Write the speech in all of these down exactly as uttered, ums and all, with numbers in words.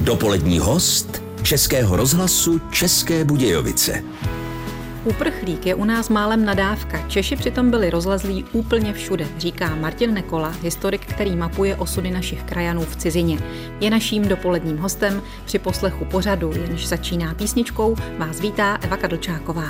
Dopolední host Českého rozhlasu České Budějovice. Uprchlík je u nás málem nadávka. Češi přitom byli rozlezlí úplně všude, říká Martin Nekola, historik, který mapuje osudy našich krajanů v cizině. Je naším dopoledním hostem. Při poslechu pořadu, jenž začíná písničkou, vás vítá Eva Kadlčáková.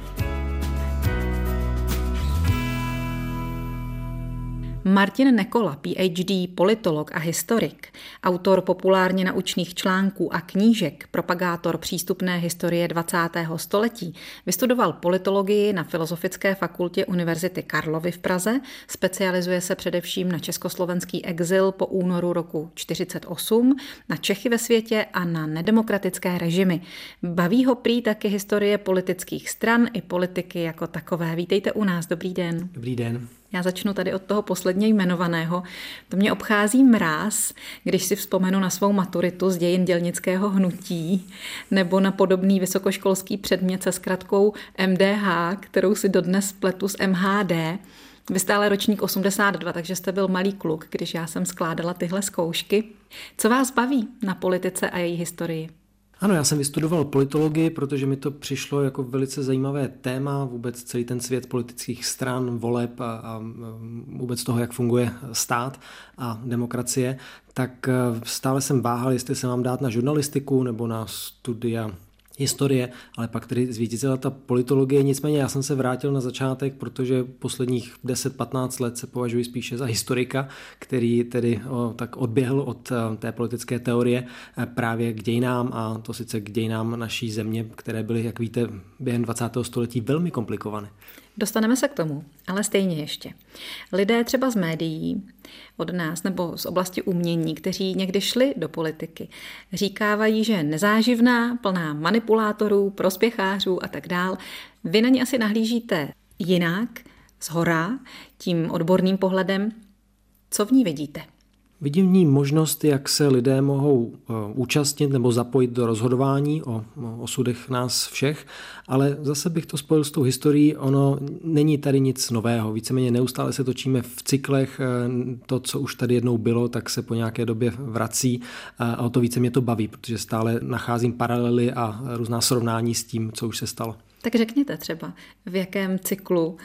Martin Nekola, P H D, politolog a historik, autor populárně naučných článků a knížek, propagátor přístupné historie dvacátého století, vystudoval politologii na Filozofické fakultě Univerzity Karlovy v Praze, specializuje se především na československý exil po únoru roku čtyřicet osm, na Čechy ve světě a na nedemokratické režimy. Baví ho prý taky historie politických stran i politiky jako takové. Vítejte u nás, dobrý den. Dobrý den. Já začnu tady od toho posledně jmenovaného. To mě obchází mráz, když si vzpomenu na svou maturitu z dějin dělnického hnutí nebo na podobný vysokoškolský předmět se zkratkou M D H, kterou si dodnes spletu s M H D. Vy jste ale ročník osmdesát dva, takže jste byl malý kluk, když já jsem skládala tyhle zkoušky. Co vás baví na politice a její historii? Ano, já jsem vystudoval politologii, protože mi to přišlo jako velice zajímavé téma, vůbec celý ten svět politických stran, voleb a, a vůbec toho, jak funguje stát a demokracie, tak stále jsem váhal, jestli se mám dát na žurnalistiku nebo na studia historie, ale pak tedy zvítězila ta politologie. Nicméně já jsem se vrátil na začátek, protože posledních deset patnáct let se považuji spíše za historika, který tedy o, tak odběhl od té politické teorie právě k dějinám, a to sice k dějinám naší země, které byly, jak víte, během dvacátého století velmi komplikované. Dostaneme se k tomu, ale stejně ještě. Lidé třeba z médií, od nás nebo z oblasti umění, kteří někdy šli do politiky, říkávají, že je nezáživná, plná manipulátorů, prospěchářů a tak dál. Vy na ně asi nahlížíte jinak, zhora, tím odborným pohledem. Co v ní vidíte? Vidím v ní možnost, jak se lidé mohou účastnit nebo zapojit do rozhodování o, o osudech nás všech, ale zase bych to spojil s tou historií, ono není tady nic nového, víceméně neustále se točíme v cyklech, to, co už tady jednou bylo, tak se po nějaké době vrací a o to více mě to baví, protože stále nacházím paralely a různá srovnání s tím, co už se stalo. Tak řekněte třeba, v jakém cyklu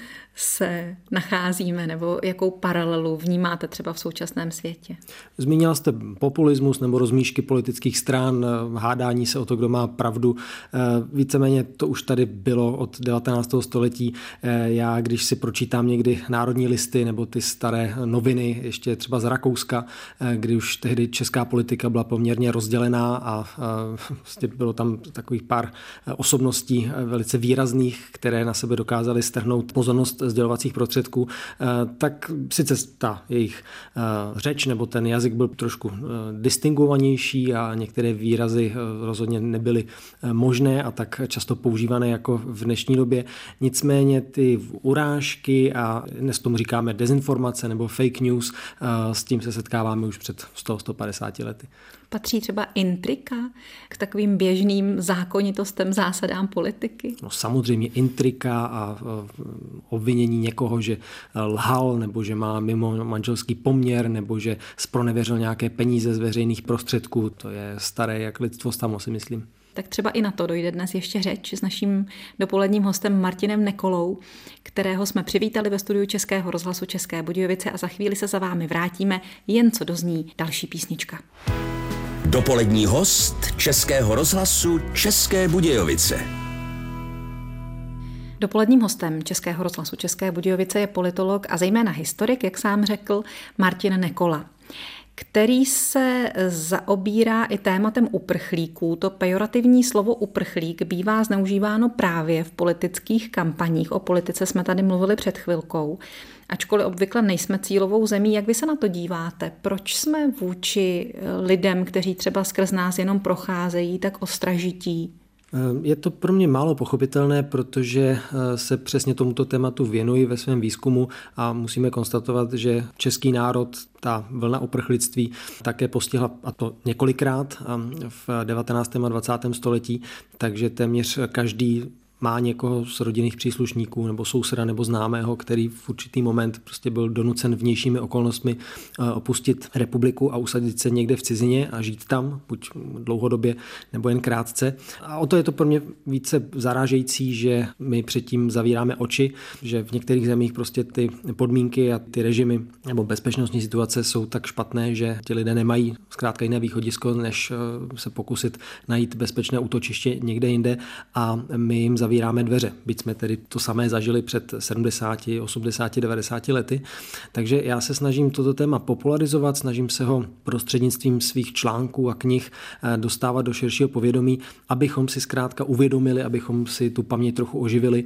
se nacházíme nebo jakou paralelu vnímáte třeba v současném světě? Zmínila jste populismus nebo rozmíšky politických stran, hádání se o to, kdo má pravdu. Víceméně to už tady bylo od devatenáctého století. Já, když si pročítám někdy národní listy nebo ty staré noviny, ještě třeba z Rakouska, kdy už tehdy česká politika byla poměrně rozdělená a vlastně bylo tam takových pár osobností velice výrazných, které na sebe dokázaly strhnout pozornost sdělovacích prostředků, tak sice ta jejich řeč nebo ten jazyk byl trošku distingovanější a některé výrazy rozhodně nebyly možné a tak často používané jako v dnešní době. Nicméně ty urážky a dnes tomu říkáme dezinformace nebo fake news, s tím se setkáváme už před sto až sto padesát lety. Patří třeba intrika k takovým běžným zákonitostem, zásadám politiky? No samozřejmě intrika a obvinění někoho, že lhal nebo že má mimo manželský poměr nebo že zpronevěřil nějaké peníze z veřejných prostředků, to je staré jak lidstvo samo, si myslím. Tak třeba i na to dojde dnes ještě řeč s naším dopoledním hostem Martinem Nekolou, kterého jsme přivítali ve studiu Českého rozhlasu České Budějovice, a za chvíli se za vámi vrátíme, jen co dozní další písnička. Dopolední host Českého rozhlasu České Budějovice. Dopoledním hostem Českého rozhlasu České Budějovice je politolog a zejména historik, jak sám řekl, Martin Nekola, který se zaobírá i tématem uprchlíků. To pejorativní slovo uprchlík bývá zneužíváno právě v politických kampaních. O politice jsme tady mluvili před chvilkou. Ačkoliv obvykle nejsme cílovou zemí, jak vy se na to díváte? Proč jsme vůči lidem, kteří třeba skrz nás jenom procházejí, tak ostražití? Je to pro mě málo pochopitelné, protože se přesně tomuto tématu věnuji ve svém výzkumu a musíme konstatovat, že český národ, ta vlna uprchlictví také postihla, a to několikrát v devatenáctém a dvacátém století, takže téměř každý má někoho z rodinných příslušníků nebo souseda nebo známého, který v určitý moment prostě byl donucen vnějšími okolnostmi opustit republiku a usadit se někde v cizině a žít tam, buď dlouhodobě nebo jen krátce. A o to je to pro mě více zarážející, že my předtím zavíráme oči, že v některých zemích prostě ty podmínky a ty režimy nebo bezpečnostní situace jsou tak špatné, že ti lidé nemají zkrátka jiné východisko, než se pokusit najít bezpečné útočiště někde jinde a my jim zavíráme dveře. Byť jsme tedy to samé zažili před sedmdesáti, osmdesáti, devadesáti lety. Takže já se snažím toto téma popularizovat, snažím se ho prostřednictvím svých článků a knih dostávat do širšího povědomí, abychom si zkrátka uvědomili, abychom si tu paměť trochu oživili,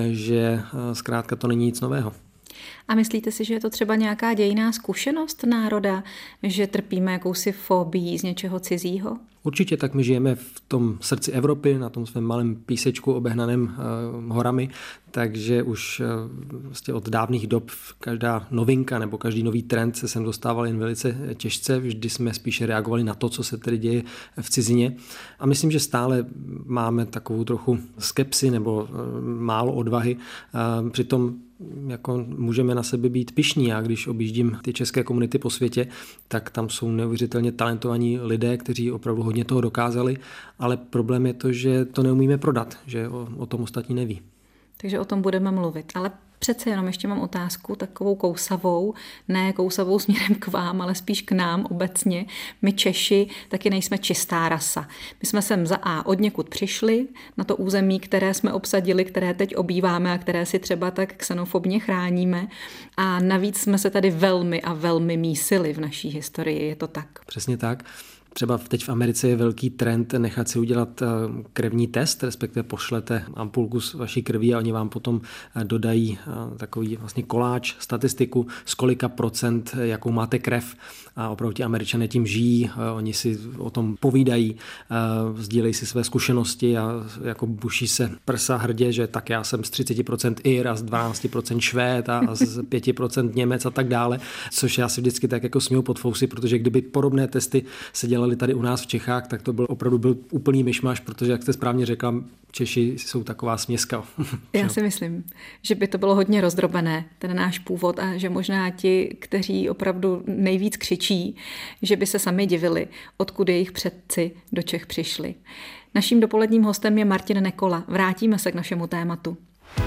že zkrátka to není nic nového. A myslíte si, že je to třeba nějaká dějinná zkušenost národa, že trpíme jakousi fobii z něčeho cizího? Určitě tak, my žijeme v tom srdci Evropy, na tom svém malém písečku obehnaném uh, horami, takže už uh, vlastně od dávných dob každá novinka nebo každý nový trend se sem dostával jen velice těžce, vždy jsme spíše reagovali na to, co se tedy děje v cizině. A myslím, že stále máme takovou trochu skepsi nebo uh, málo odvahy, uh, přitom jako můžeme na sebe být pyšní. Já když objíždím ty české komunity po světě, tak tam jsou neuvěřitelně talentovaní lidé, kteří opravdu hodně toho dokázali, ale problém je to, že to neumíme prodat, že o, o tom ostatní neví. Takže o tom budeme mluvit, ale přece jenom ještě mám otázku takovou kousavou, ne kousavou směrem k vám, ale spíš k nám obecně. My Češi taky nejsme čistá rasa. My jsme sem za A odněkud přišli, na to území, které jsme obsadili, které teď obýváme a které si třeba tak xenofobně chráníme. A navíc jsme se tady velmi a velmi mísili v naší historii, je to tak? Přesně tak. Třeba teď v Americe je velký trend nechat si udělat krevní test, respektive pošlete ampulku z vaší krví a oni vám potom dodají takový vlastně koláč, statistiku, z kolika procent, jakou máte krev. A opravdu ti Američané tím žijí, oni si o tom povídají, sdílejí si své zkušenosti a jako buší se prsa hrdě, že tak já jsem z třicet procent Ir a z dvanáct procent Švéd a z pět procent Němec a tak dále, což já si vždycky tak jako směju pod fousy, protože kdyby podobné testy se dělaly tady u nás v Čechách, tak to byl opravdu byl úplný myšmaš, protože jak jste správně řekla, Češi jsou taková směska. Já si myslím, že by to bylo hodně rozdrobené, ten náš původ a že možná ti, kteří opravdu nejvíc křičí, že by se sami divili, odkud jejich předci do Čech přišli. Naším dopoledním hostem je Martin Nekola. Vrátíme se k našemu tématu.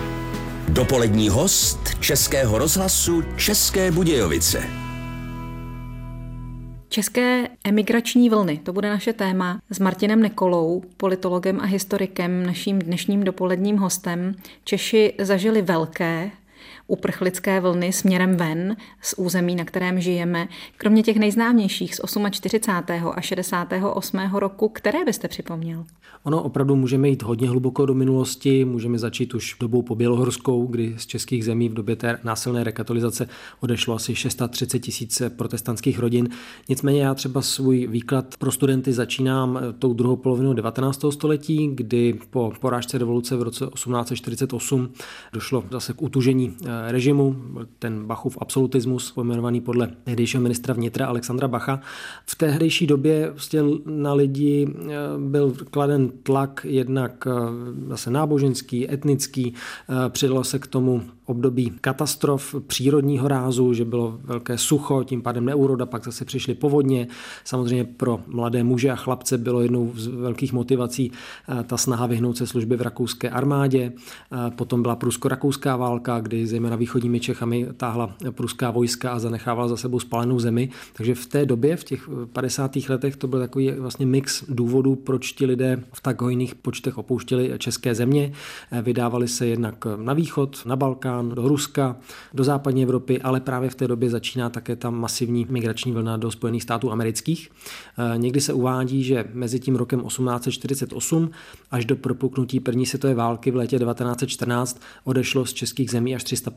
Dopolední host Českého rozhlasu České Budějovice. České emigrační vlny, to bude naše téma s Martinem Nekolou, politologem a historikem, naším dnešním dopoledním hostem. Češi zažili velké uprchlické vlny směrem ven z území, na kterém žijeme. Kromě těch nejznámějších z čtyřicátého osmého a šedesátého osmého roku, které byste připomněl? Ono opravdu můžeme jít hodně hluboko do minulosti, můžeme začít už dobou pobělohorskou, kdy z českých zemí v době té násilné rekatolizace odešlo asi třicet šest tisíc protestantských rodin. Nicméně já třeba svůj výklad pro studenty začínám tou druhou polovinou devatenáctého století, kdy po porážce revoluce v roce osmnáct set čtyřicet osm došlo zase k utužení režimu, ten Bachův absolutismus, pojmenovaný podle tehdejšího ministra vnitra Alexandra Bacha. V tehdejší době vlastně na lidi byl kladen tlak jednak zase náboženský, etnický, přidalo se k tomu období katastrof přírodního rázu, že bylo velké sucho, tím pádem neúroda, pak zase přišly povodně. Samozřejmě pro mladé muže a chlapce bylo jednou z velkých motivací ta snaha vyhnout se služby v rakouské armádě. Potom byla prusko-rakouská válka, kdy zejména východními Čechami táhla pruská vojska a zanechávala za sebou spálenou zemi. Takže v té době, v těch padesátých letech, to byl takový vlastně mix důvodů, proč ti lidé v tak hojných počtech opouštěli české země. Vydávali se jednak na východ, na Balkán, do Ruska, do západní Evropy, ale právě v té době začíná také ta masivní migrační vlna do Spojených států amerických. Někdy se uvádí, že mezi tím rokem osmnáct set čtyřicet osm až do propuknutí první světové války v létě devatenáct set čtrnáct odešlo z českých zemí až tři sta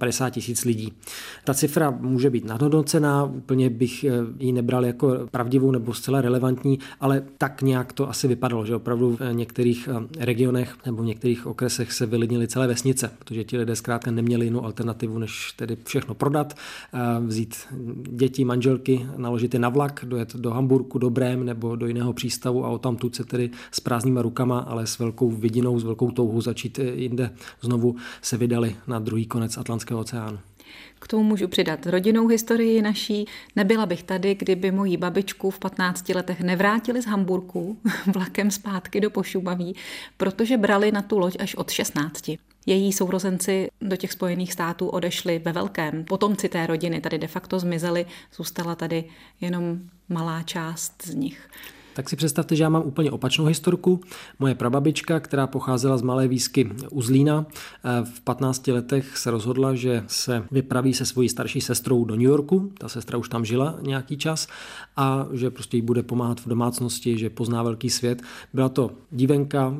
padesát tisíc lidí. Ta cifra může být nadhodnocená, úplně bych ji nebral jako pravdivou nebo zcela relevantní, ale tak nějak to asi vypadalo, že opravdu v některých regionech nebo v některých okresech se vylidnily celé vesnice, protože ti lidé zkrátka neměli jinou alternativu, než tedy všechno prodat, vzít děti, manželky, naložit je na vlak, dojet do Hamburku, do Brém nebo do jiného přístavu a odtamtud se tedy s prázdnýma rukama, ale s velkou vidinou, s velkou touhou začít jinde znovu se vydali na druhý konec Atlantského oceánu. K tomu můžu přidat rodinnou historii naší. Nebyla bych tady, kdyby moji babičku v patnácti letech nevrátili z Hamburku vlakem zpátky do Pošumaví, protože brali na tu loď až od šestnácti. Její sourozenci do těch Spojených států odešli ve velkém. Potomci té rodiny tady de facto zmizeli, zůstala tady jenom malá část z nich. Tak si představte, že já mám úplně opačnou historku. Moje prababička, která pocházela z malé výsky u Zlína, v patnácti letech se rozhodla, že se vypraví se svojí starší sestrou do New Yorku. Ta sestra už tam žila nějaký čas a že prostě jí bude pomáhat v domácnosti, že pozná velký svět. Byla to dívenka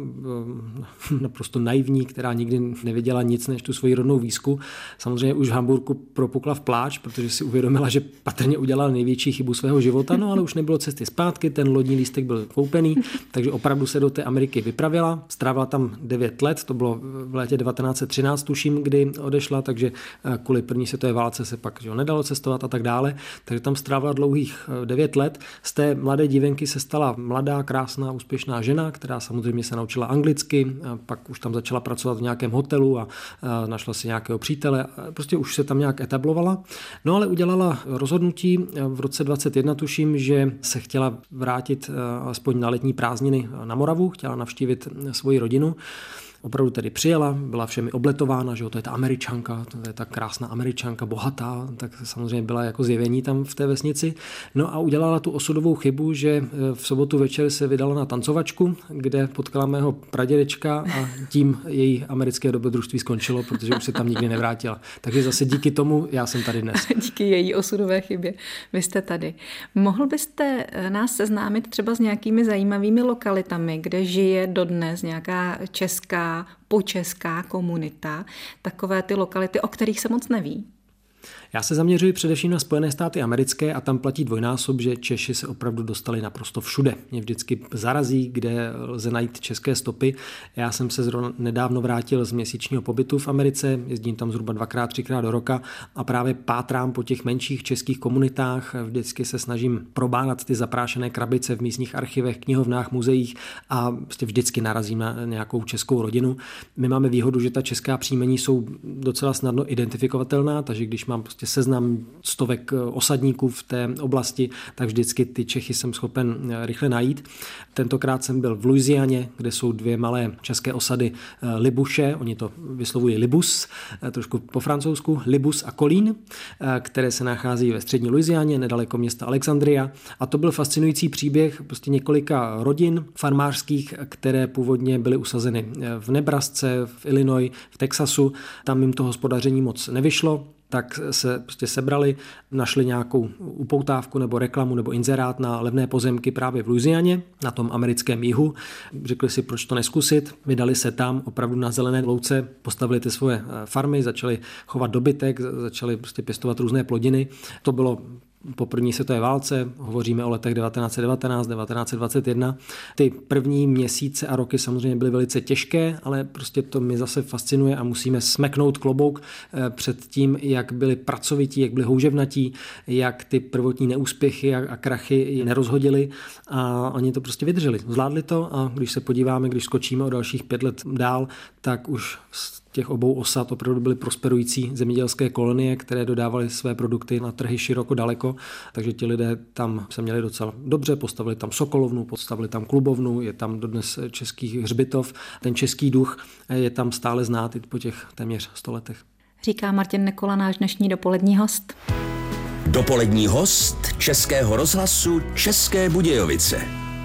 naprosto naivní, která nikdy neviděla nic než tu svoji rodnou výsku. Samozřejmě už v Hamburku propukla v pláč, protože si uvědomila, že patrně udělala největší chybu svého života, no ale už nebylo cesty zpátky, ten lodní lístek byl koupený, takže opravdu se do té Ameriky vypravila. Strávila tam devět let, to bylo v létě devatenáct set třináct, tuším, kdy odešla, takže kvůli první světové válce se pak že nedalo cestovat a tak dále. Takže tam strávila dlouhých devět let. Z té mladé dívenky se stala mladá, krásná, úspěšná žena, která samozřejmě se naučila anglicky, pak už tam začala pracovat v nějakém hotelu a našla si nějakého přítele. Prostě už se tam nějak etablovala. No ale udělala rozhodnutí v roce dvacet jedna, tuším, že se chtěla vrátit alespoň na letní prázdniny na Moravu, chtěla navštívit svoji rodinu. Opravdu tedy přijela, byla všemi obletována, že jo, to je ta Američanka, to je ta krásná Američanka, bohatá, tak samozřejmě byla jako zjevení tam v té vesnici. No a udělala tu osudovou chybu, že v sobotu večer se vydala na tancovačku, kde potkala mého pradědečka a tím její americké dobrodružství skončilo, protože už se tam nikdy nevrátila. Takže zase díky tomu já jsem tady dnes. Díky její osudové chybě vy jste tady. Mohl byste nás seznámit třeba s nějakými zajímavými lokalitami, kde žije dodnes nějaká česká počeská komunita, takové ty lokality, o kterých se moc neví? Já se zaměřuji především na Spojené státy americké a tam platí dvojnásob, že Češi se opravdu dostali naprosto všude. Mě vždycky zarazí, kde lze najít české stopy. Já jsem se zrovna nedávno vrátil z měsíčního pobytu v Americe, jezdím tam zhruba dvakrát, třikrát do roka a právě pátrám po těch menších českých komunitách. Vždycky se snažím probádat ty zaprášené krabice v místních archivech, knihovnách, muzeích a prostě vždycky narazím na nějakou českou rodinu. My máme výhodu, že ta česká příjmení jsou docela snadno identifikovatelná, takže když mám prostě seznam stovek osadníků v té oblasti, tak vždycky ty Čechy jsem schopen rychle najít. Tentokrát jsem byl v Louisianě, kde jsou dvě malé české osady Libuše, oni to vyslovují Libus, trošku po francouzsku, Libus a Kolín, které se nachází ve střední Louisianě, nedaleko města Alexandria. A to byl fascinující příběh prostě několika rodin farmářských, které původně byly usazeny v Nebrasce, v Illinois, v Texasu. Tam jim to hospodaření moc nevyšlo, tak se prostě sebrali, našli nějakou upoutávku nebo reklamu nebo inzerát na levné pozemky právě v Louisianě, na tom americkém jihu. Řekli si, proč to neskusit, vydali se tam opravdu na zelené louce, postavili ty svoje farmy, začali chovat dobytek, začali prostě pěstovat různé plodiny. To bylo po první světové válce, hovoříme o letech devatenáct set devatenáct, devatenáct set dvacet jedna. Ty první měsíce a roky samozřejmě byly velice těžké, ale prostě to mě zase fascinuje a musíme smeknout klobouk před tím, jak byli pracovití, jak byli houževnatí, jak ty prvotní neúspěchy a krachy je nerozhodili a oni to prostě vydrželi. Zvládli to a když se podíváme, když skočíme o dalších pět let dál, tak už těch obou osad opravdu byly prosperující zemědělské kolonie, které dodávaly své produkty na trhy široko daleko, takže ti lidé tam se měli docela dobře, postavili tam sokolovnu, postavili tam klubovnu, je tam dodnes český hřbitov, ten český duch je tam stále znát i po těch téměř sto letech. Říká Martin Nekola, náš dnešní dopolední host. Dopolední host Českého rozhlasu České Budějovice.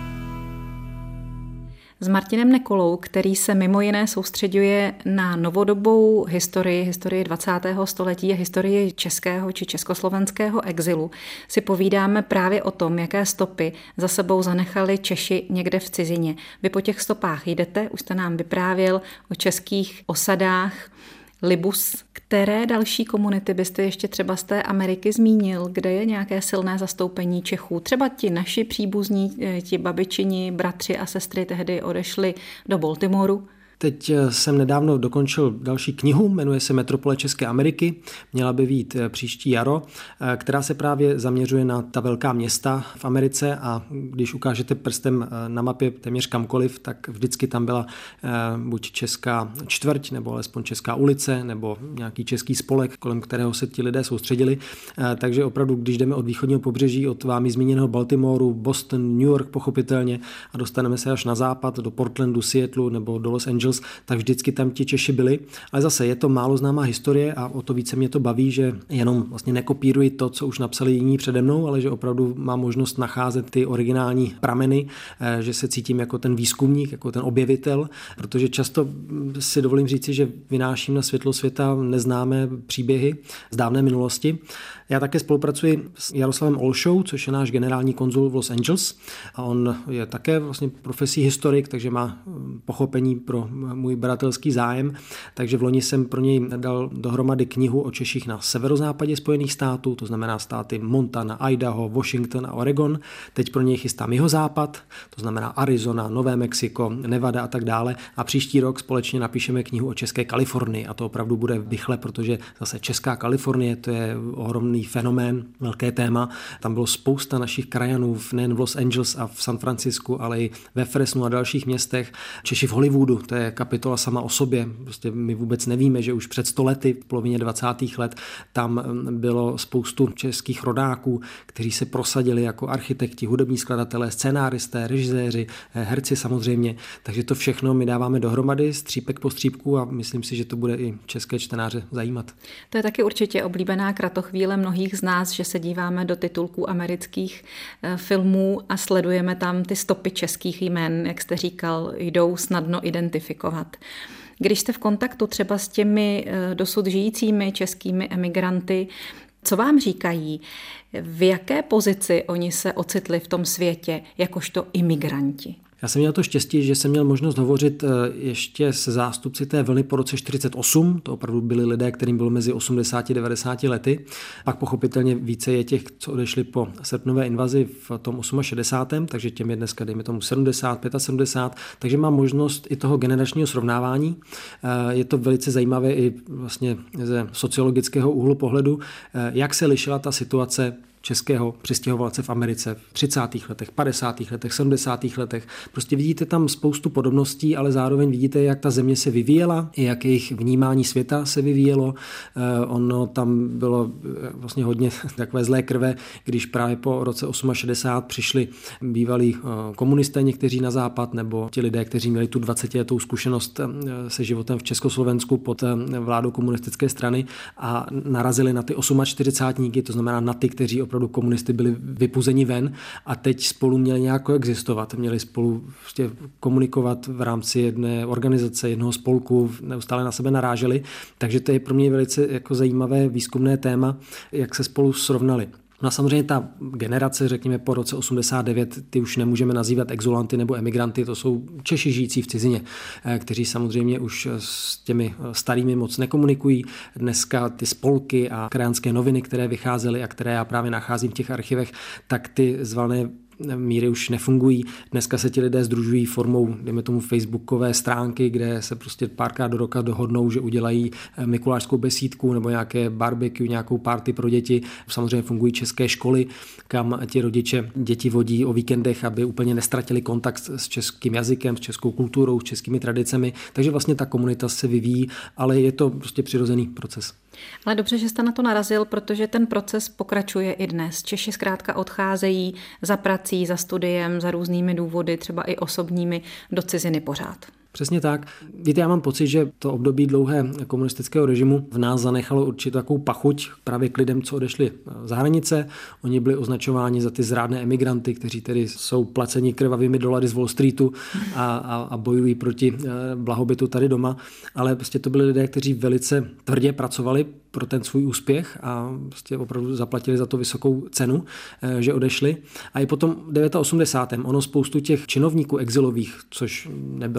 S Martinem Nekolou, který se mimo jiné soustřeďuje na novodobou historii, historii dvacátého století a historii českého či československého exilu, si povídáme právě o tom, jaké stopy za sebou zanechali Češi někde v cizině. Vy po těch stopách jdete, už jste nám vyprávěl o českých osadách Libus. Které další komunity byste ještě třeba z té Ameriky zmínil, kde je nějaké silné zastoupení Čechů? Třeba ti naši příbuzní, ti babičini, bratři a sestry tehdy odešli do Baltimoru. Teď jsem nedávno dokončil další knihu, jmenuje se Metropole České Ameriky, měla by vyjít příští jaro, která se právě zaměřuje na ta velká města v Americe a když ukážete prstem na mapě téměř kamkoliv, tak vždycky tam byla buď česká čtvrť, nebo alespoň česká ulice, nebo nějaký český spolek, kolem kterého se ti lidé soustředili. Takže opravdu, když jdeme od východního pobřeží, od vámi zmíněného Baltimoru, Boston, New York pochopitelně a dostaneme se až na západ, do Portlandu, Seattlu nebo do Los Angeles, tak vždycky tam ti Češi byli. Ale zase je to málo známá historie a o to více mě to baví, že jenom vlastně nekopíruji to, co už napsali jiní přede mnou, ale že opravdu mám možnost nacházet ty originální prameny, že se cítím jako ten výzkumník, jako ten objevitel, protože často si dovolím říci, že vynáším na světlo světa neznámé příběhy z dávné minulosti. Já také spolupracuji s Jaroslavem Olšou, což je náš generální konzul v Los Angeles a on je také vlastně profesí historik, takže má pochopení pro můj badatelský zájem, takže v loni jsem pro něj dal dohromady knihu o Češích na severozápadě Spojených států, to znamená státy Montana, Idaho, Washington a Oregon. Teď pro něj chystám jihozápad, to znamená Arizona, Nové Mexiko, Nevada a tak dále a příští rok společně napíšeme knihu o České Kalifornii a to opravdu bude rychle, protože zase Česká Kalifornie, to je ohromný fenomén, velké téma. Tam bylo spousta našich krajanů, nejen v Los Angeles a v San Francisku, ale i ve Fresnu a dalších městech. Češi v Hollywoodu, to je kapitola sama o sobě. Prostě my vůbec nevíme, že už před sto lety, v polovině dvacátých let, tam bylo spoustu českých rodáků, kteří se prosadili jako architekti, hudební skladatelé, scénáristé, režiséři, herci samozřejmě. Takže to všechno my dáváme dohromady, střípek po střípku a myslím si, že to bude i české čtenáře zajímat. To je taky určitě oblíbená kratochvíle mnohých z nás, že se díváme do titulků amerických filmů a sledujeme tam ty stopy českých jmen, jak jste říkal, jdou snadno identifikovat. Když jste v kontaktu třeba s těmi dosud žijícími českými emigranty, co vám říkají? V jaké pozici oni se ocitli v tom světě jakožto imigranti? Já jsem měl to štěstí, že jsem měl možnost hovořit ještě se zástupci té vlny po roce čtyřicet osm. To opravdu byli lidé, kterým bylo mezi osmdesáti a devadesáti lety. Pak pochopitelně více je těch, co odešli po srpnové invazi v tom šedesátém osmém takže těm je dneska, dejme tomu sedmdesát, sedmdesát pět. Takže mám možnost i toho generačního srovnávání. Je to velice zajímavé i vlastně ze sociologického úhlu pohledu, jak se lišila ta situace českého přistěhovalce v Americe v třicátých letech, padesátých letech, sedmdesátých letech. Prostě vidíte tam spoustu podobností, ale zároveň vidíte, jak ta země se vyvíjela, i jak jejich vnímání světa se vyvíjelo. Ono tam bylo vlastně hodně takové zlé krve, když právě po roce šedesát osm přišli bývalí komunisté někteří na západ, nebo ti lidé, kteří měli tu dvacetiletou zkušenost se životem v Československu pod vládou komunistické strany a narazili na ty čtyřicátníky, to znamená na ty, kteří opravdu komunisty byli vypuzeni ven a teď spolu měli nějak koexistovat. Měli spolu prostě komunikovat v rámci jedné organizace, jednoho spolku, neustále na sebe naráželi. Takže to je pro mě velice jako zajímavé výzkumné téma, jak se spolu srovnali. No a samozřejmě ta generace, řekněme po roce osmdesát devět, ty už nemůžeme nazývat exulanty nebo emigranty, to jsou Češi žijící v cizině, kteří samozřejmě už s těmi starými moc nekomunikují. Dneska ty spolky a krajanské noviny, které vycházely a které já právě nacházím v těch archivech, tak ty zvané míry už nefungují. Dneska se ti lidé sdružují formou, dejme tomu, facebookové stránky, kde se prostě párkrát do roka dohodnou, že udělají mikulášskou besídku nebo nějaké barbecue, nějakou party pro děti. Samozřejmě fungují české školy, kam ti rodiče děti vodí o víkendech, aby úplně nestratili kontakt s českým jazykem, s českou kulturou, s českými tradicemi. Takže vlastně ta komunita se vyvíjí, ale je to prostě přirozený proces. Ale dobře, že jste na to narazil, protože ten proces pokračuje i dnes. Češi zkrátka odcházejí za prací, za studiem, za různými důvody, třeba i osobními, do ciziny pořád. Přesně tak. Víte, já mám pocit, že to období dlouhé komunistického režimu v nás zanechalo určitou takovou pachuť právě k lidem, co odešli za hranice. Oni byli označováni za ty zrádné emigranty, kteří tedy jsou placeni krvavými dolary z Wall Streetu a, a, a bojují proti blahobytu tady doma. Ale prostě to byli lidé, kteří velice tvrdě pracovali pro ten svůj úspěch a prostě opravdu zaplatili za to vysokou cenu, že odešli. A i potom osmdesátém devátém ono spoustu těch činovníků exilových, což nebyla žádná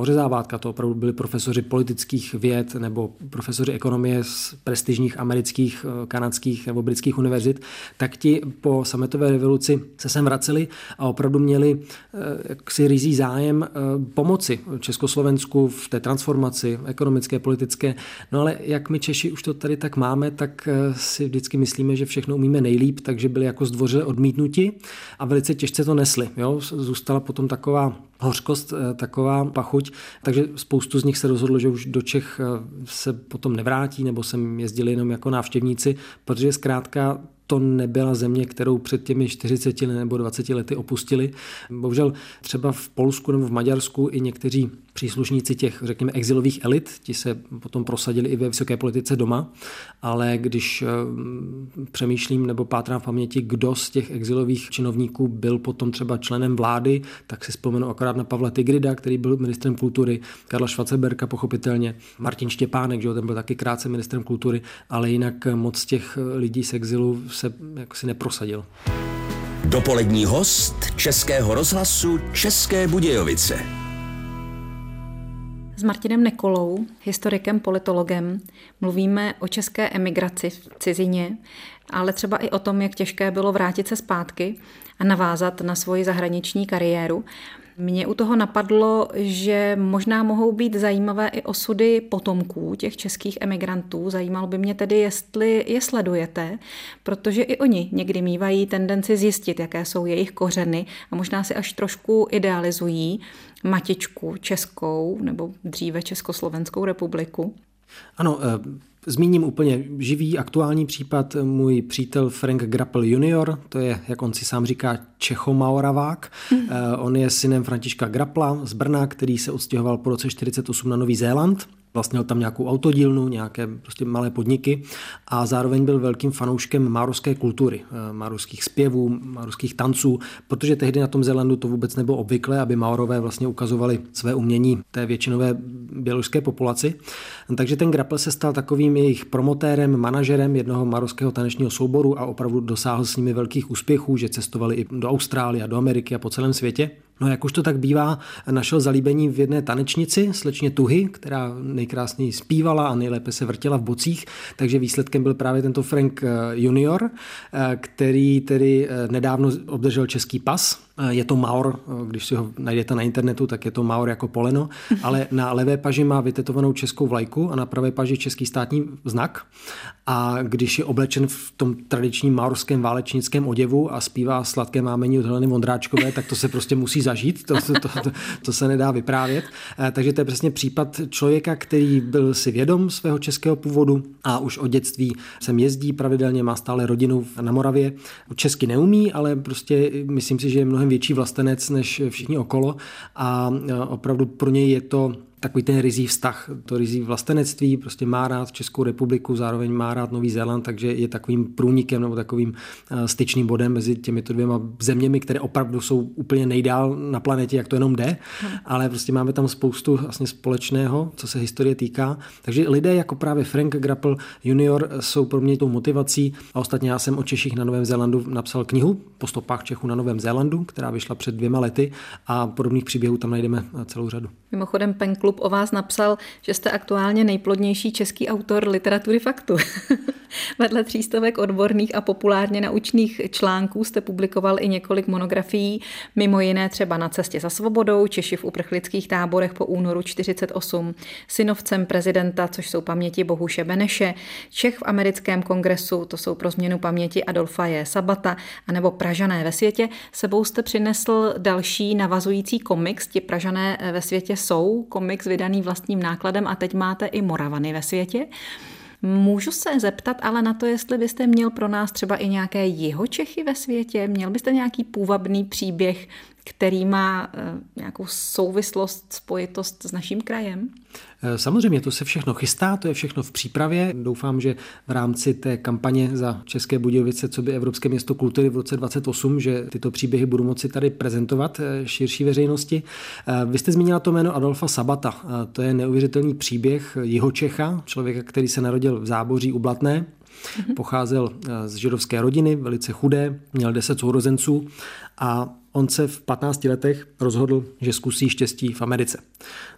ořezávátka, to opravdu byli profesoři politických věd nebo profesoři ekonomie z prestižních amerických, kanadských nebo britských univerzit, tak ti po sametové revoluci se sem vraceli a opravdu měli jaksi rizí zájem pomoci Československu v té transformaci ekonomické, politické. No ale jak my Češi už to tady tak máme, tak si vždycky myslíme, že všechno umíme nejlíp, takže byli jako zdvořile odmítnuti a velice těžce to nesli. Jo? Zůstala potom taková hořkost, taková pachuť, takže spoustu z nich se rozhodlo, že už do Čech se potom nevrátí nebo sem jezdili jenom jako návštěvníci, protože zkrátka to nebyla země, kterou před těmi čtyřiceti nebo dvaceti lety opustili. Bohužel třeba v Polsku nebo v Maďarsku i někteří příslušníci těch, řekněme, exilových elit, ti se potom prosadili i ve vysoké politice doma, ale když přemýšlím nebo pátrám v paměti, kdo z těch exilových činovníků byl potom třeba členem vlády, tak si vzpomenu akorát na Pavla Tigrida, který byl ministrem kultury, Karla Schwarzenberga pochopitelně, Martin Štěpánek, že ten byl taky krátce ministrem kultury, ale jinak moc těch lidí z exilu se jakosi neprosadil. Dopolední host Českého rozhlasu České Budějovice. S Martinem Nekolou, historikem, politologem, mluvíme o české emigraci v cizině, ale třeba i o tom, jak těžké bylo vrátit se zpátky a navázat na svoji zahraniční kariéru. Mně u toho napadlo, že možná mohou být zajímavé i osudy potomků těch českých emigrantů. Zajímalo by mě tedy, jestli je sledujete, protože i oni někdy mívají tendenci zjistit, jaké jsou jejich kořeny a možná si až trošku idealizují matičku českou nebo dříve Československou republiku. Ano, zmíním úplně živý aktuální případ. Můj přítel Frank Grappel junior, to je, jak on si sám říká, Čechomaoravák. Mm. On je synem Františka Grappla z Brna, který se odstěhoval po roce čtyřicet osm na Nový Zéland. Vlastnil tam nějakou autodílnu, nějaké prostě malé podniky a zároveň byl velkým fanouškem máorské kultury, máorských zpěvů, máorských tanců, protože tehdy na tom Zélandu to vůbec nebylo obvyklé, aby Maorové vlastně ukazovali své umění té většinové běloruské populaci. Takže ten Grappel se stal takovým jejich promotérem, manažerem jednoho máorského tanečního souboru a opravdu dosáhl s nimi velkých úspěchů, že cestovali i do Austrálie a do Ameriky a po celém světě. No jak už to tak bývá, našel zalíbení v jedné tanečnici, slečně Tuhy, která nejkrásněji zpívala a nejlépe se vrtěla v bocích, takže výsledkem byl právě tento Frank junior, který tedy nedávno obdržel český pas. Je to Maor, když si ho najdete na internetu, tak je to Maor jako poleno, ale na levé paži má vytetovanou českou vlajku a na pravé paži český státní znak. A když je oblečen v tom tradičním maorském válečnickém oděvu a zpívá Sladké mámení od Heleny Vondráčkové, tak to se prostě musí zažít, to, to, to, to, to se nedá vyprávět. Takže to je přesně případ člověka, který byl si vědom svého českého původu a už od dětství sem jezdí pravidelně, má stále rodinu na Moravě. Česky neumí, ale prostě myslím si, že je mnohem větší vlastenec než všichni okolo a opravdu pro něj je to takový ten rizí vztah, to rizí vlastenectví, prostě má rád Českou republiku, zároveň má rád Nový Zéland, takže je takovým průnikem nebo takovým styčným bodem mezi těmito dvěma zeměmi, které opravdu jsou úplně nejdál na planetě, jak to jenom jde, hmm. ale prostě máme tam spoustu vlastně společného, co se historie týká. Takže lidé jako právě Frank Grappel junior jsou pro mě tou motivací a ostatně já jsem o Češích na Novém Zélandu napsal knihu Po stopách Čechů na Novém Zélandu, která vyšla před dvěma lety a podobných příběhů tam najdeme celou řadu. Mimochodem Pen Klub o vás napsal, že jste aktuálně nejplodnější český autor literatury faktu. Vedle třístovek odborných a populárně naučných článků jste publikoval i několik monografií, mimo jiné třeba Na cestě za svobodou, Češi v uprchlických táborech po únoru čtyřicet osm, Synovcem prezidenta, což jsou paměti Bohuše Beneše, Čech v americkém kongresu, to jsou pro změnu paměti Adolfa J. Sabata, anebo Pražané ve světě. Sebou jste přinesl další navazující komiks, ti Pražané ve světě jsou, komiks vydaný vlastním nákladem a teď máte i Moravany ve světě. Můžu se zeptat ale na to, jestli byste měl pro nás třeba i nějaké Jihočechy ve světě? Měl byste nějaký půvabný příběh, který má nějakou souvislost, spojitost s naším krajem? Samozřejmě, to se všechno chystá, to je všechno v přípravě. Doufám, že v rámci té kampaně za České Budějovice, co by Evropské město kultury v roce dvacet osm, že tyto příběhy budu moci tady prezentovat širší veřejnosti. Vy jste zmínila to jméno Adolfa Sabata. To je neuvěřitelný příběh Jihočecha, člověka, který se narodil v Záboří u Blatné. Pocházel z židovské rodiny, velice chudé, měl deset sourozenců a on se v patnácti letech rozhodl, že zkusí štěstí v Americe.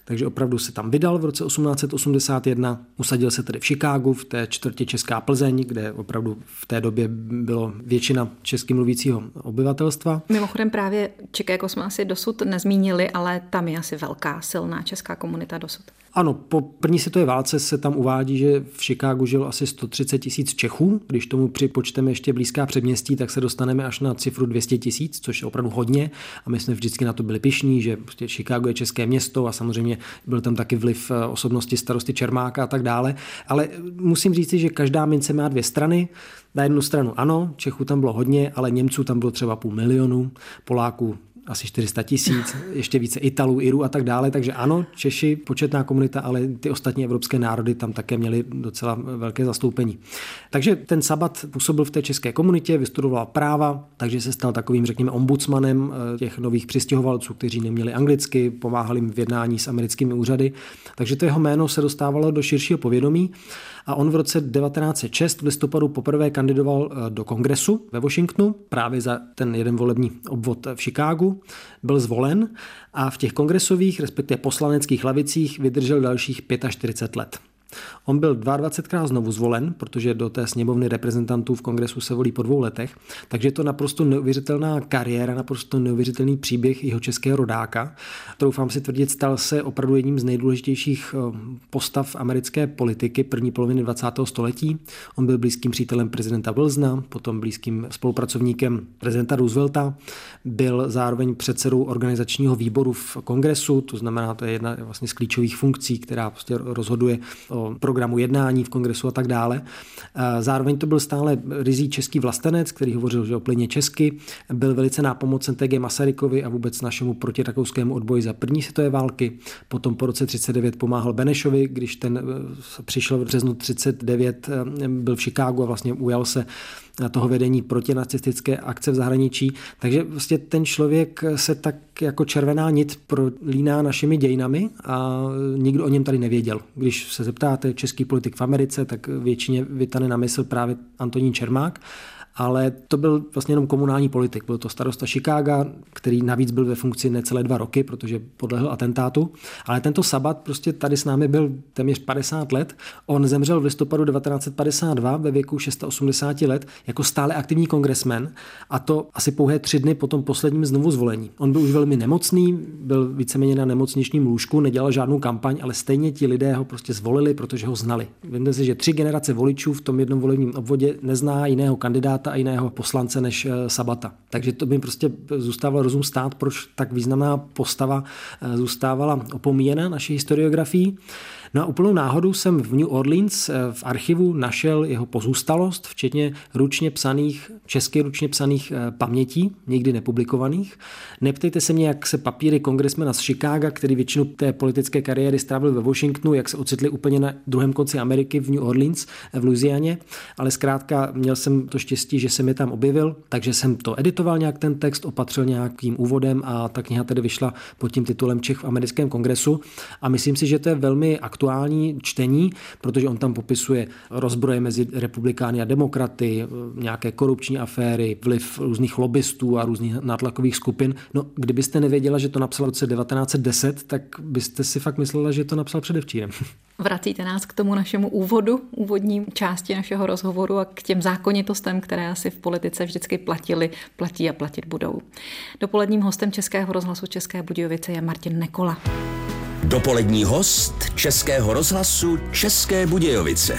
takže opravdu se tam vydal v roce osmnáct set osmdesát jedna, usadil se tedy v Chicagu, v té čtvrtě Česká Plzeň, kde opravdu v té době bylo většina česky mluvícího obyvatelstva. Mimochodem právě Chicago jsme asi dosud nezmínili, ale tam je asi velká, silná česká komunita dosud. Ano, po první světové válce se tam uvádí, že v Chicagu žilo asi sto třicet tisíc Čechů. Když tomu připočteme ještě blízká předměstí, tak se dostaneme až na cifru dvě stě tisíc, což je opravdu hodně. A my jsme vždycky na to byli pyšní, že prostě Chicago je české město a samozřejmě byl tam taky vliv osobnosti starosty Čermáka a tak dále. Ale musím říci, že každá mince má dvě strany. Na jednu stranu ano, Čechů tam bylo hodně, ale Němců tam bylo třeba půl milionu, Poláků asi čtyři sta tisíc, ještě více Italů, Irů a tak dále, takže ano, Češi, početná komunita, ale ty ostatní evropské národy tam také měly docela velké zastoupení. Takže ten Sabat působil v té české komunitě, vystudoval práva, takže se stal takovým, řekněme, ombudsmanem těch nových přistěhovalců, kteří neměli anglicky, pomáhal jim v jednání s americkými úřady, takže to jeho jméno se dostávalo do širšího povědomí. A on v roce devatenáct set šest v listopadu poprvé kandidoval do kongresu ve Washingtonu, právě za ten jeden volební obvod v Chicagu, byl zvolen a v těch kongresových, respektive poslaneckých lavicích vydržel dalších čtyřicet pět let. On byl dvacetkrát znovu zvolen, protože do té sněmovny reprezentantů v kongresu se volí po dvou letech, takže je to naprosto neuvěřitelná kariéra, naprosto neuvěřitelný příběh jeho českého rodáka. Troufám si tvrdit, stal se opravdu jedním z nejdůležitějších postav americké politiky první poloviny dvacátého století. On byl blízkým přítelem prezidenta Wilsona, potom blízkým spolupracovníkem prezidenta Roosevelta, byl zároveň předsedou organizačního výboru v kongresu, to znamená, to je jedna vlastně z klíčových funkcí, která prostě rozhoduje o programu jednání v kongresu a tak dále. Zároveň to byl stále ryzí český vlastenec, který hovořil že o plyně česky, byl velice nápomocen T G Masarykovi a vůbec našemu protirakouskému odboji za první světové války. Potom po roce třicet devět pomáhal Benešovi, když ten přišel v březnu třicet devět, byl v Chicagu a vlastně ujal se toho vedení protinacistické akce v zahraničí. Takže vlastně ten člověk se tak jako červená nit prolíná našimi dějinami a nikdo o něm tady nevěděl. Když se zeptáte český politik v Americe, tak většině vytane na mysl právě Antonín Čermák, ale to byl vlastně jenom komunální politik. Byl to starosta Chicaga, který navíc byl ve funkci necelé dva roky, protože podlehl atentátu. Ale tento Sabat prostě tady s námi byl téměř padesát let. On zemřel v listopadu devatenáct set padesát dva ve věku osmdesát šest let jako stále aktivní kongresmen a to asi pouhé tři dny po tom posledním znovu zvolení. On byl už velmi nemocný, byl víceméně na nemocničním lůžku, nedělal žádnou kampaň, ale stejně ti lidé ho prostě zvolili, protože ho znali. Vemte si, že tři generace voličů v tom jednom volebním obvodě nezná jiného kandidáta a jiného poslance než Sabata. Takže to by prostě zůstával rozum stát, proč tak významná postava zůstávala opomíjena naší historiografii. No a úplnou náhodou jsem v New Orleans v archivu našel jeho pozůstalost, včetně ručně psaných, česky ručně psaných pamětí, nikdy nepublikovaných. Neptejte se mě, jak se papíry kongresmena z Chicaga, který většinu té politické kariéry strávil ve Washingtonu, jak se ocitli úplně na druhém konci Ameriky v New Orleans, v Louisianě, ale zkrátka měl jsem to štěstí, že jsem je tam objevil, takže jsem to editoval nějak ten text, opatřil nějakým úvodem a ta kniha tedy vyšla pod tím titulem Čech v americkém kongresu a myslím si, že to je velmi aktuální čtení, protože on tam popisuje rozbroje mezi republikány a demokraty, nějaké korupční aféry, vliv různých lobbystů a různých nátlakových skupin. No, kdybyste nevěděla, že to napsal v roce devatenáct set deset, tak byste si fakt myslela, že to napsal předevčírem. Vracíte nás k tomu našemu úvodu, úvodní části našeho rozhovoru a k těm zákonitostem, které asi v politice vždycky platily, platí a platit budou. Dopoledním hostem Českého rozhlasu České Budějovice je Martin Nekola. Dopolední host Českého rozhlasu České Budějovice.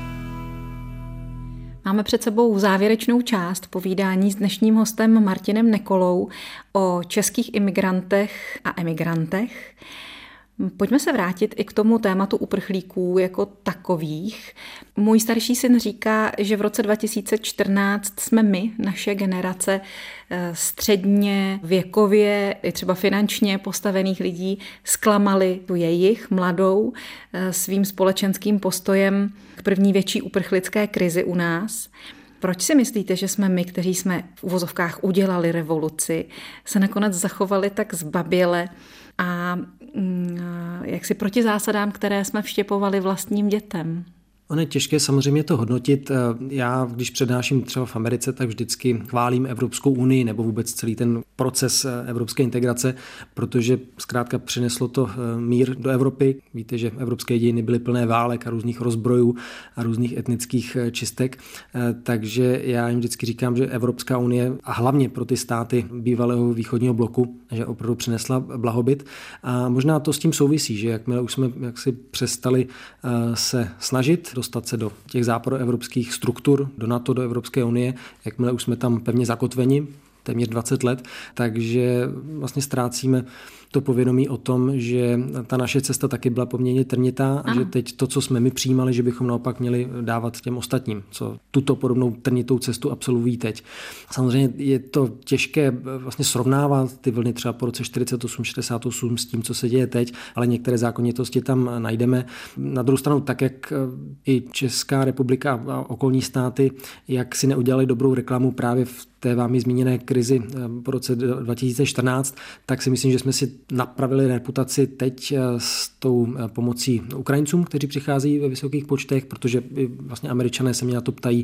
Máme před sebou závěrečnou část povídání s dnešním hostem Martinem Nekolou o českých imigrantech a emigrantech. Pojďme se vrátit i k tomu tématu uprchlíků jako takových. Můj starší syn říká, že v roce dva tisíce čtrnáct jsme my, naše generace, středně věkově, i třeba finančně postavených lidí, zklamali tu jejich mladou svým společenským postojem k první větší uprchlické krizi u nás. Proč si myslíte, že jsme my, kteří jsme v uvozovkách udělali revoluci, se nakonec zachovali tak zbaběle a jak si proti zásadám, které jsme vštěpovali vlastním dětem? Ono je těžké samozřejmě to hodnotit. Já, když přednáším třeba v Americe, tak vždycky chválím Evropskou unii nebo vůbec celý ten proces evropské integrace, protože zkrátka přineslo to mír do Evropy. Víte, že evropské dějiny byly plné válek a různých rozbrojů a různých etnických čistek. Takže já jim vždycky říkám, že Evropská unie a hlavně pro ty státy bývalého východního bloku, že opravdu přinesla blahobyt. A možná to s tím souvisí, že jakmile už jsme jaksi přestali se snažit dostat se do těch západoevropských struktur, do NATO, do Evropské unie, jakmile už jsme tam pevně zakotveni, téměř dvacet let, takže vlastně ztrácíme to povědomí o tom, že ta naše cesta taky byla poměrně trnitá a že teď to, co jsme my přijímali, že bychom naopak měli dávat těm ostatním, co tuto podobnou trnitou cestu absolvují teď. Samozřejmě je to těžké vlastně srovnávat ty vlny třeba po roce čtyřicet osm šedesát osm s tím, co se děje teď, ale některé zákonitosti tam najdeme. Na druhou stranu, tak jak i Česká republika a okolní státy, jak si neudělali dobrou reklamu právě v té vámi zmíněné krizi po roce dva tisíce čtrnáct, tak si myslím, že jsme si napravili reputaci teď s tou pomocí Ukrajincům, kteří přicházejí ve vysokých počtech, protože vlastně Američané se mě na to ptají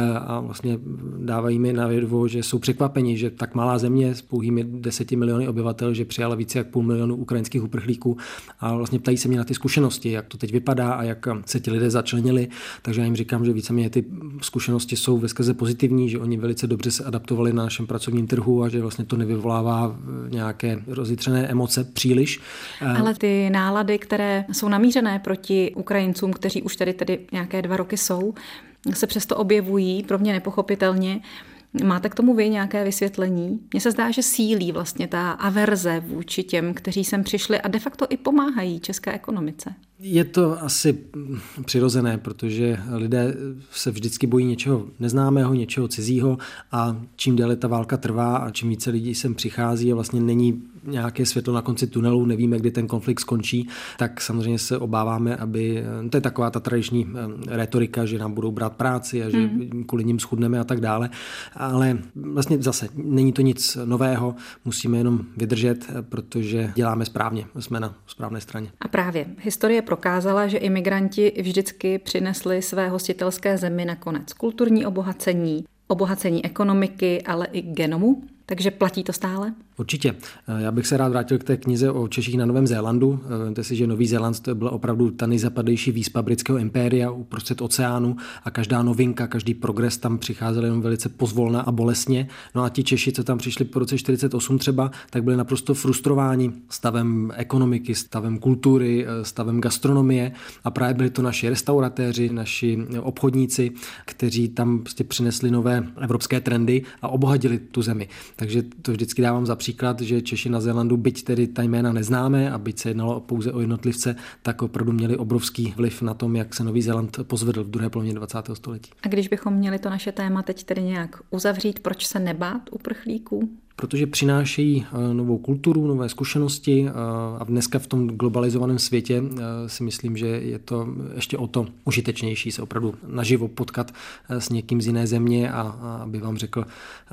a vlastně dávají mi na vědomo, že jsou překvapeni, že tak malá země s pouhými deseti miliony obyvatel, že přijala více jak půl milionu ukrajinských uprchlíků a vlastně ptají se mě na ty zkušenosti, jak to teď vypadá a jak se ti lidé začlenili. Takže já jim říkám, že víceméně ty zkušenosti jsou veskrze pozitivní, že oni velice dobře se adaptovali na našem pracovním trhu a že vlastně to nevyvolává nějaké rozjitřené emoce příliš. Ale ty nálady, které jsou namířené proti Ukrajincům, kteří už tady tedy nějaké dva roky jsou, se přesto objevují pro mě nepochopitelně. Máte k tomu vy nějaké vysvětlení? Mně se zdá, že sílí vlastně ta averze vůči těm, kteří sem přišli a de facto i pomáhají české ekonomice. Je to asi přirozené, protože lidé se vždycky bojí něčeho neznámého, něčeho cizího a čím déle ta válka trvá a čím více lidí sem přichází a vlastně není nějaké světlo na konci tunelu, nevíme, kdy ten konflikt skončí, tak samozřejmě se obáváme, aby, to je taková ta tradiční retorika, že nám budou brát práci a že mm. kvůli nim schudneme a tak dále, ale vlastně zase není to nic nového, musíme jenom vydržet, protože děláme správně, jsme na správné straně. A právě historie prokázala, že imigranti vždycky přinesli své hostitelské zemi nakonec kulturní obohacení, obohacení ekonomiky, ale i genomu. Takže platí to stále? Určitě. Já bych se rád vrátil k té knize o Češích na Novém Zélandu. Vemte si, že Nový Zéland to byla opravdu ta nejzapadlejší výspa britského impéria uprostřed oceánu a každá novinka, každý progres tam přicházel jenom velice pozvolna a bolestně. No a ti Češi, co tam přišli po roce čtyřicet osm třeba, tak byli naprosto frustrováni stavem ekonomiky, stavem kultury, stavem gastronomie a právě byli to naši restauratéři, naši obchodníci, kteří tam prostě přinesli nové evropské trendy a obohatili tu zemi. Takže to vždycky dávám za příklad, že Češi na Zélandu, byť tedy ta jména neznáme a byť se jednalo pouze o jednotlivce, tak opravdu měli obrovský vliv na tom, jak se Nový Zéland pozvedl v druhé polovině dvacátého století. A když bychom měli to naše téma teď tedy nějak uzavřít, proč se nebát uprchlíků? Protože přinášejí novou kulturu, nové zkušenosti a dneska v tom globalizovaném světě si myslím, že je to ještě o to užitečnější se opravdu naživo potkat s někým z jiné země a aby vám řekl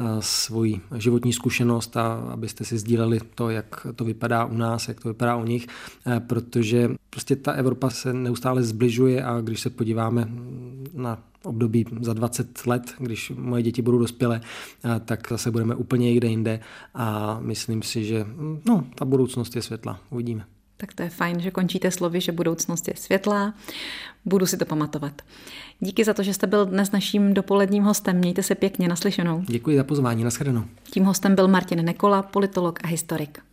svoji životní zkušenost a abyste si sdíleli to, jak to vypadá u nás, jak to vypadá u nich, protože prostě ta Evropa se neustále zbližuje a když se podíváme na období za dvacet let, když moje děti budou dospělé, tak zase budeme úplně někde jinde a myslím si, že no, ta budoucnost je světlá. Uvidíme. Tak to je fajn, že končíte slovy, že budoucnost je světlá. Budu si to pamatovat. Díky za to, že jste byl dnes naším dopoledním hostem. Mějte se pěkně, naslyšenou. Děkuji za pozvání, nashledanou. Tím hostem byl Martin Nekola, politolog a historik.